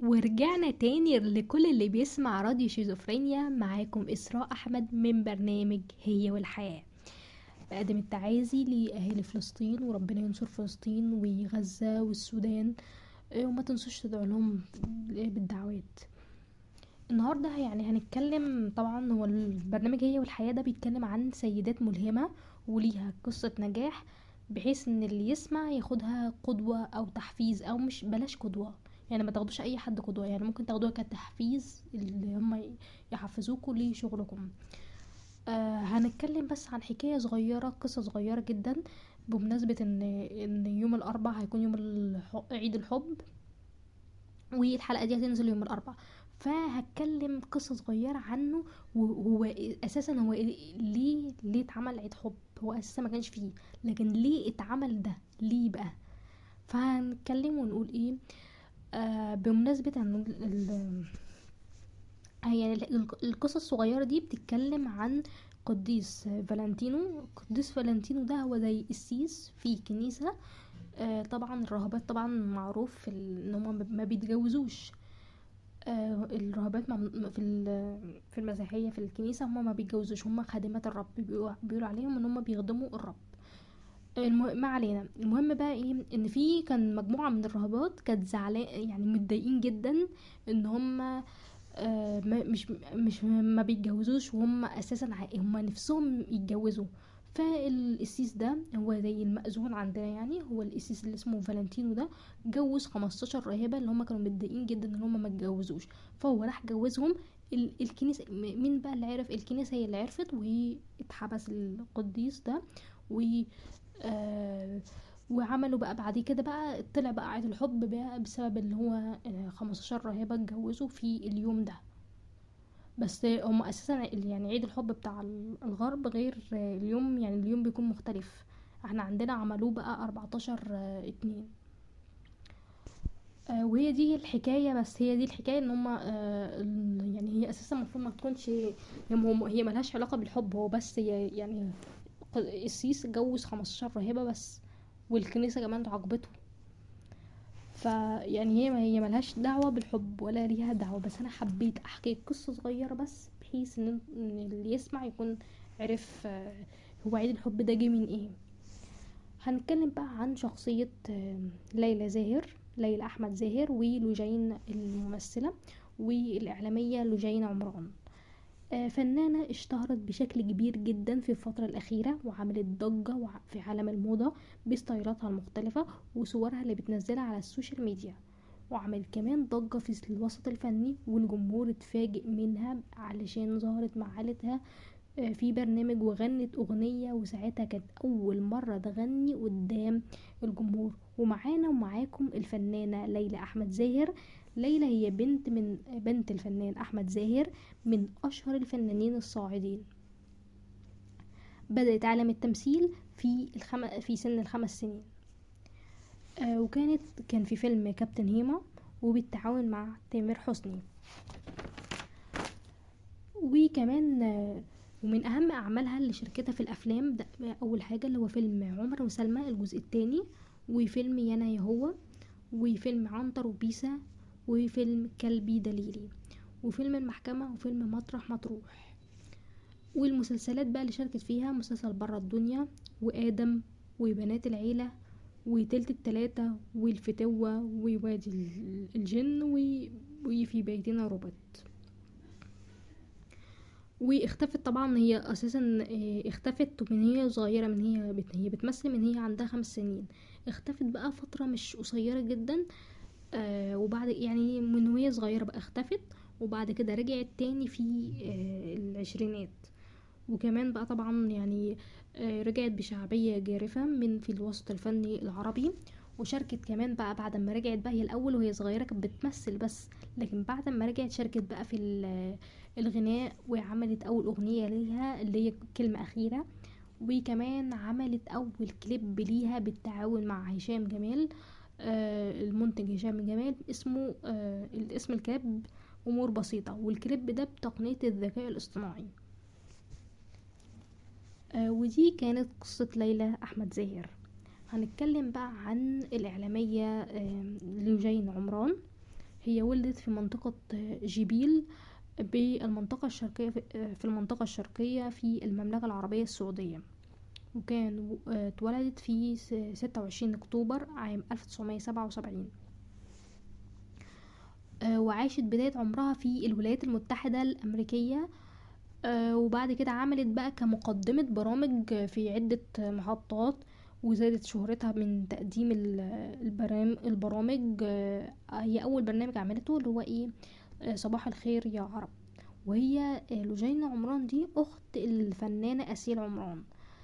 ورجعنا تاني لكل اللي بيسمع راديو شيزوفرينيا. معاكم إسراء أحمد من برنامج هي والحياة. بقدم التعازي لأهالي فلسطين، وربنا ينصر فلسطين وغزة والسودان، وما تنسوش تدعوا لهم بالدعوات. النهاردة هنتكلم، طبعا هو البرنامج هي والحياة ده بيتكلم عن سيدات ملهمة وليها قصة نجاح، بحيث ان اللي يسمع ياخدها قدوة او تحفيز، او مش بلاش قدوة، يعني ما تاخدوش اي حد قدوة، يعني ممكن تاخدوها كتحفيز اللي هم يحفزوكوا لشغلكم. هنتكلم بس عن حكاية صغيرة، قصة صغيرة جدا، بمناسبة ان يوم الاربع هيكون يوم عيد الحب، والحلقة دي هتنزل يوم الاربع. فهتكلم قصة صغيرة عنه، وهو اساسا هو ليه اتعمل عيد حب. هو اساسا ما كانش فيه، لكن ليه اتعمل ده، ليه بقى؟ فهنتكلم ونقول ايه. بمناسبة ان القصة الصغيرة دي بتتكلم عن قديس فالنتينو. قديس فالنتينو ده هو زي قسيس في كنيسة. طبعا الراهبات طبعا معروف ان هم ما بيتجوزوش. الراهبات في المسيحية في الكنيسة هم ما بيتجوزوش، هم خادمات الرب، بيقولوا عليهم ان هم بيخدموا الرب. ما علينا. المهم بقى ايه، ان كان مجموعة من الراهبات كانت زعلان، يعني متضايقين جدا ان هم مش ما بيتجوزوش، وهم اساسا هم نفسهم يتجوزوا. فالقسيس ده هو زي المأذون عندنا، يعني هو القسيس اللي اسمه فالنتينو ده جوز 15 راهبة اللي هم كانوا متضايقين جدا ان هم ما اتجوزوش، فهو راح جوزهم. الكنيسة، مين بقى اللي عرف؟ الكنيسة هي اللي عرفت، واتحبس القديس ده. و وعملوا بقى بعد كده، بقى طلع بقى عيد الحب بقى بسبب اللي هو 15 راهبة اتجوزوا في اليوم ده. بس هم اساسا يعني عيد الحب بتاع الغرب غير اليوم، يعني اليوم بيكون مختلف. احنا عندنا عملوه بقى 14/2. وهي دي الحكاية. بس هي دي الحكاية ان هم يعني هي اساسا المفروض ما تكونش، هي ملهاش علاقة بالحب، هو بس هي يعني السيس اتجوز 15 راهبة بس، والكنيسة كمان عاقبته. فيعني هي ملهاش دعوة بالحب ولا ليها دعوة، بس انا حبيت احكي قصة صغيرة بس، بحيث ان اللي يسمع يكون عرف هو عيد الحب ده جه من ايه. هنتكلم بقى عن شخصية ليلى احمد زاهر، ولوجين الممثلة والاعلامية لوجين عمران. فنانة اشتهرت بشكل كبير جدا في الفترة الأخيرة، وعملت ضجة في عالم الموضة بستايلاتها المختلفة وصورها اللي بتنزلها على السوشيال ميديا. وعملت كمان ضجة في الوسط الفني، والجمهور اتفاجئ منها علشان ظهرت مع عائلتها في برنامج وغنت أغنية، وساعتها كانت أول مرة تغني قدام الجمهور. ومعانا ومعاكم الفنانة ليلى أحمد زاهر. ليلى هي بنت الفنان أحمد زاهر، من أشهر الفنانين الصاعدين. بدأت عالم التمثيل في سن ال5 سنين. كان في فيلم كابتن هيما، وبالتعاون مع تامر حسني. وكمان ومن أهم أعمالها اللي شاركتها في الأفلام ده، أول حاجة اللي هو فيلم عمر وسلمى الجزء الثاني، وفيلم يانا يا هو، وفيلم عنتر وبيسا، وفيلم كلبي دليلي، وفيلم المحكمة، وفيلم مطرح مطروح. والمسلسلات بقى اللي شاركت فيها مسلسل برا الدنيا، وآدم، وبنات العيلة، وتلت التلاتة، والفتوة، ووادي الجن، وفي بيتنا روبوت. واختفت طبعا، هي اساسا اختفت من هي صغيرة، هي بتمثل من هي عندها 5 سنين. اختفت بقى فترة مش قصيرة جدا، وبعد يعني من وهي صغيرة بقى اختفت، وبعد كده رجعت تاني في العشرينات. وكمان بقى طبعا يعني رجعت بشعبية جارفة في الوسط الفني العربي. وشاركت كمان بقى بعد ما رجعت بقى، هي الاول وهي صغيرة كانت بتمثل بس، لكن بعد ما رجعت شاركت بقى في الغناء، وعملت اول اغنية ليها اللي هي كلمة اخيرة. وكمان عملت اول كليب ليها بالتعاون مع هشام جمال، المنتج هشام جمال، اسمه الاسم الكليب امور بسيطة، والكليب ده بتقنية الذكاء الاصطناعي. ودي كانت قصة ليلى أحمد زاهر. هنتكلم بقى عن الإعلامية لوجين عمران. هي ولدت في منطقة جبيل بالمنطقة الشرقية في المنطقة الشرقية في المملكة العربية السعودية، وكان اتولدت في 26 أكتوبر عام 1977. وعاشت بداية عمرها في الولايات المتحدة الأمريكية، وبعد كده عملت بقى كمقدمة برامج في عدة محطات، وزادت شهرتها من تقديم البرامج. هي أول برنامج عملته اللي هو صباح الخير يا عرب. وهي لجينة عمران دي أخت الفنانة أسيل عمران.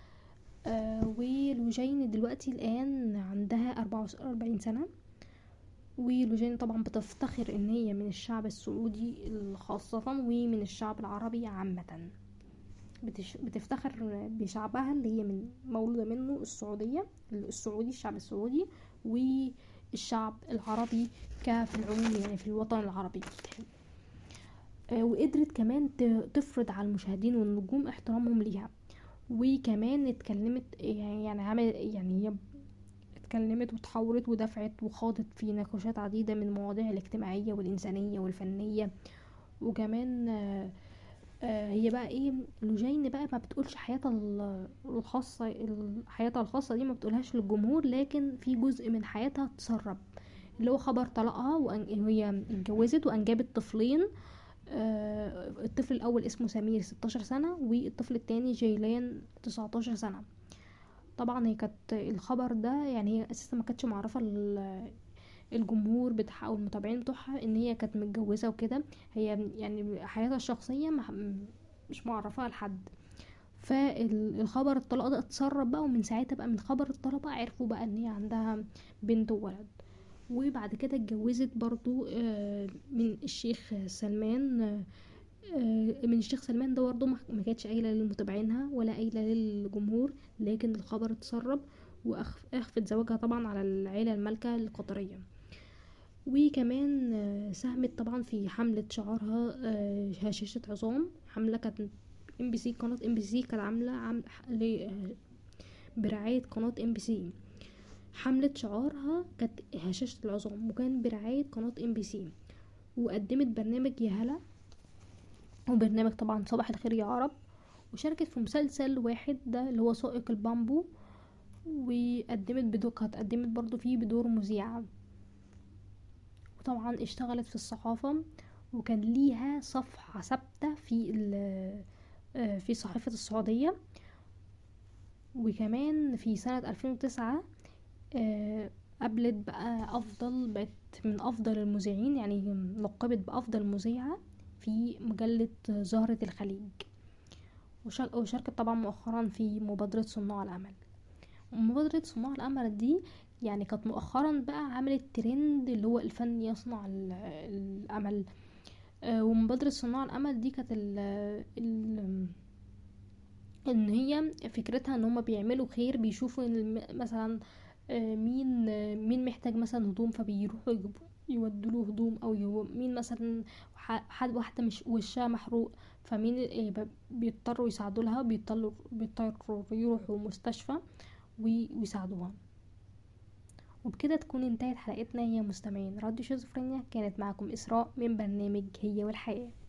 ولجين دلوقتي الآن عندها 44 سنة. ولجين طبعا بتفتخر ان هي من الشعب السعودي خاصة ومن الشعب العربي عامة. بتفتخر بشعبها اللي هي من مولودة منه، الشعب السعودي والشعب العربي في العموم، يعني في الوطن العربي. وقدرت كمان تفرض على المشاهدين والنجوم احترامهم ليها. وكمان اتكلمت هي اتكلمت وتحاورت ودفعت وخاضت في نقاشات عديدة من المواضيع الاجتماعية والإنسانية والفنية. وكمان هي بقى لجين بقى ما بتقولش حياتها الخاصة دي ما بتقولهاش للجمهور، لكن في جزء من حياتها تسرب، اللي هو خبر طلاقها وهي اتجوزت وأنجبت طفلين. الطفل الأول اسمه سمير 16 سنة، والطفل التاني جيلان 19 سنة. طبعا هي كانت الخبر ده، يعني هي اساسا ما كانتش معرفه الجمهور بتاعها او المتابعين بتوعها ان هي كانت متجوزه وكده. هي يعني حياتها الشخصيه مش معرفه لحد. فالخبر الطلاق ده اتسرب بقى، ومن ساعتها بقى من خبر الطلاق بقى عرفوا بقى ان هي عندها بنت وولد. وبعد كده اتجوزت برضو من الشيخ سلمان. ده برضه ما كانتش قايله للمتابعينها ولا قايله للجمهور، لكن الخبر اتسرب واخفت زواجها طبعا على العيله المالكه القطريه. وكمان ساهمت طبعا في حمله شعارها هشاشة عظام. حمله كانت قناه ام بي سي كانت عامله برعايه قناه ام بي سي. حمله شعارها كانت هشاشة العظام، وكان برعايه قناه ام بي سي. وقدمت برنامج يا هلا، وبرنامج طبعا صباح الخير يا عرب. وشاركت في مسلسل واحد ده اللي هو سائق البامبو، قدمت برضو فيه بدور مذيعة. وطبعا اشتغلت في الصحافة، وكان ليها صفحة ثابتة في صحيفة السعودية. وكمان في سنة 2009 قابلت بقى بقت من أفضل المذيعين، يعني لقبت بأفضل مذيعة في مجلة زهرة الخليج. وشاركت طبعا مؤخرا في مبادرة صناع الأمل. ومبادرة صناع الأمل دي يعني كانت مؤخرا بقى عملت ترند اللي هو الفن يصنع الأمل. ومبادرة صناع الأمل دي كانت ان هي فكرتها ان هما بيعملوا خير، بيشوفوا مثلا مين محتاج مثلا هدوم، فبيروحوا يودوا هدوم، او مين مثلا واحده مش وشها محروق، فمين بيضطروا يساعدوا لها، بيضطروا يروحوا مستشفى ويساعدوها. وبكده تكون انتهت حلقتنا يا مستمعين راديو شيزوفرينيا. كانت معكم إسراء من برنامج هي والحياة.